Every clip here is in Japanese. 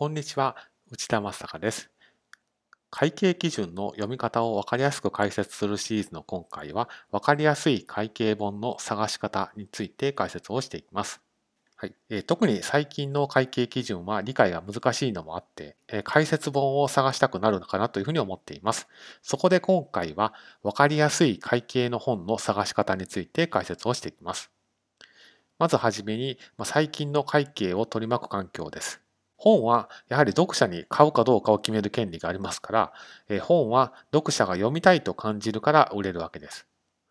こんにちは、内田正孝です。会計基準の読み方を分かりやすく解説するシリーズの今回は、分かりやすい会計本の探し方について解説をしていきます。はい、特に最近の会計基準は理解が難しいのもあって、解説本を探したくなるのかなというふうに思っています。そこで今回は、分かりやすい会計の本の探し方について解説をしていきます。まずはじめに、最近の会計を取り巻く環境です。本はやはり読者に買うかどうかを決める権利がありますから、本は読者が読みたいと感じるから売れるわけです。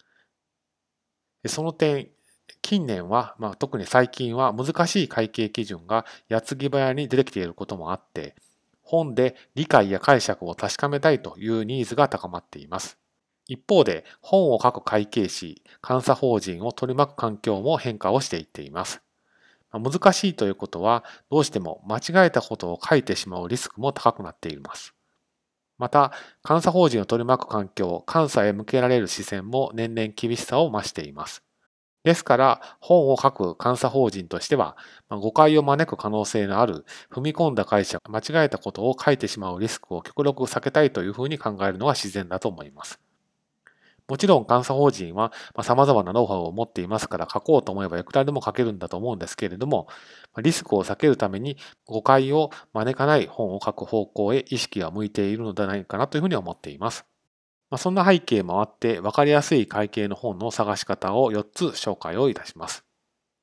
その点、近年は、特に最近は難しい会計基準が矢継ぎ早に出てきていることもあって、本で理解や解釈を確かめたいというニーズが高まっています。一方で、本を書く会計士、監査法人を取り巻く環境も変化をしていっています。難しいということは、どうしても間違えたことを書いてしまうリスクも高くなっています。また、監査法人を取り巻く環境、監査へ向けられる視線も年々厳しさを増しています。ですから、本を書く監査法人としては、誤解を招く可能性のある踏み込んだ解釈、間違えたことを書いてしまうリスクを極力避けたいというふうに考えるのが自然だと思います。もちろん監査法人は様々なノウハウを持っていますから書こうと思えばいくらでも書けるんだと思うんですけれども、リスクを避けるために誤解を招かない本を書く方向へ意識が向いているのではないかなというふうに思っています。そんな背景もあって分かりやすい会計の本の探し方を4つ紹介をいたします。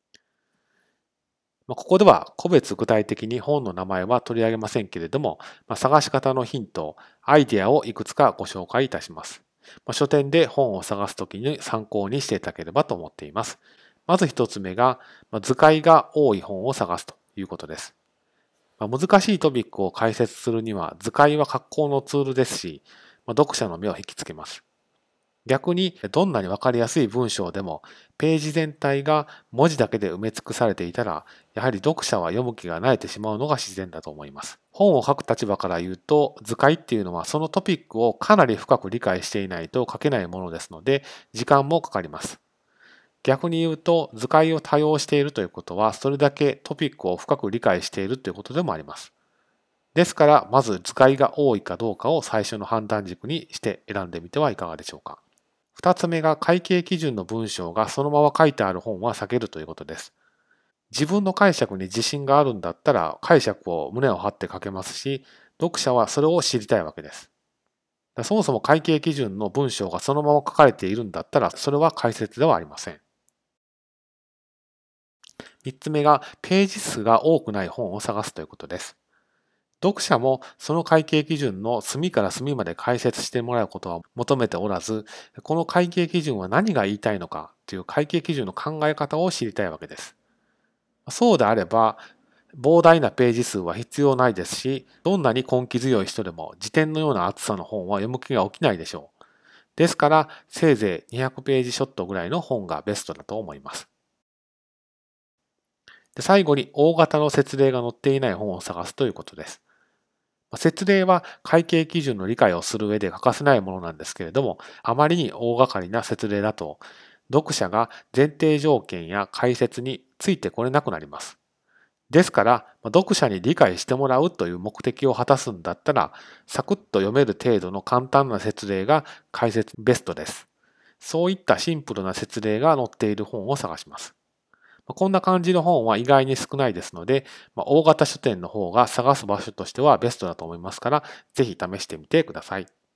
ここでは個別具体的に本の名前は取り上げませんけれども、探し方のヒント、アイデアをいくつかご紹介いたします。書店で本を探すときに参考にしていただければと思っています。まず一つ目が、図解が多い本を探すということです。難しいトピックを解説するには、図解は格好のツールですし、読者の目を引きつけます。逆に、どんなにわかりやすい文章でも、ページ全体が文字だけで埋め尽くされていたら、やはり読者は読む気が慣れてしまうのが自然だと思います。本を書く立場から言うと、図解っていうのはそのトピックをかなり深く理解していないと書けないものですので、時間もかかります。逆に言うと、図解を多用しているということは、それだけトピックを深く理解しているということでもあります。ですから、まず図解が多いかどうかを最初の判断軸にして選んでみてはいかがでしょうか。二つ目が会計基準の文章がそのまま書いてある本は避けるということです。自分の解釈に自信があるんだったら解釈を胸を張って書けますし、読者はそれを知りたいわけです。そもそも会計基準の文章がそのまま書かれているんだったら、それは解説ではありません。三つ目がページ数が多くない本を探すということです。読者もその会計基準の隅から隅まで解説してもらうことは求めておらず、この会計基準は何が言いたいのかという会計基準の考え方を知りたいわけです。そうであれば、膨大なページ数は必要ないですし、どんなに根気強い人でも辞典のような厚さの本は読む気が起きないでしょう。ですから、せいぜい200ページショットぐらいの本がベストだと思います。最後に、大型の説明が載っていない本を探すということです。説明は会計基準の理解をする上で欠かせないものなんですけれども、あまりに大掛かりな説明だと、読者が前提条件や解説についてこれなくなります。ですから、読者に理解してもらうという目的を果たすんだったら、サクッと読める程度の簡単な説明が解説ベストです。そういったシンプルな説明が載っている本を探します。こんな感じの本は意外に少ないですので、大型書店の方が探す場所としてはベストだと思いますから、ぜひ試してみてください。